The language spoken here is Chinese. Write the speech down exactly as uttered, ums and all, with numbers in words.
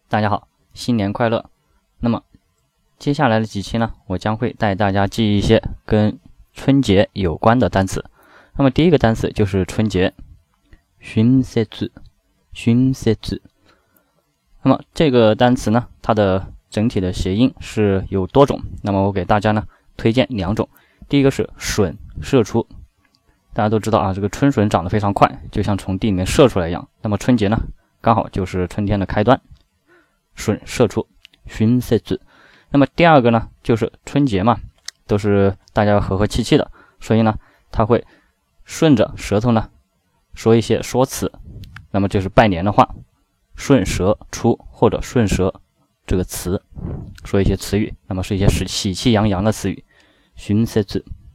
大家好，新年快乐。那么接下来的几期呢，我将会带大家记一些跟春节有关的单词。那么第一个单词就是春节，春節，春節。那么这个单词呢，它的整体的谐音是有多种，那么我给大家呢推荐两种。第一个是吮，射出。大家都知道啊，这个春笋长得非常快，就像从地里面射出来一样。那么春节呢，刚好就是春天的开端，吮射出，春節。那么第二个呢，就是春节嘛，都是大家和和气气的，所以呢，他会顺着舌头呢说一些说辞，那么就是拜年的话，顺舌出或者顺舌这个词，说一些词语，那么是一些喜喜气洋洋的词语，春節。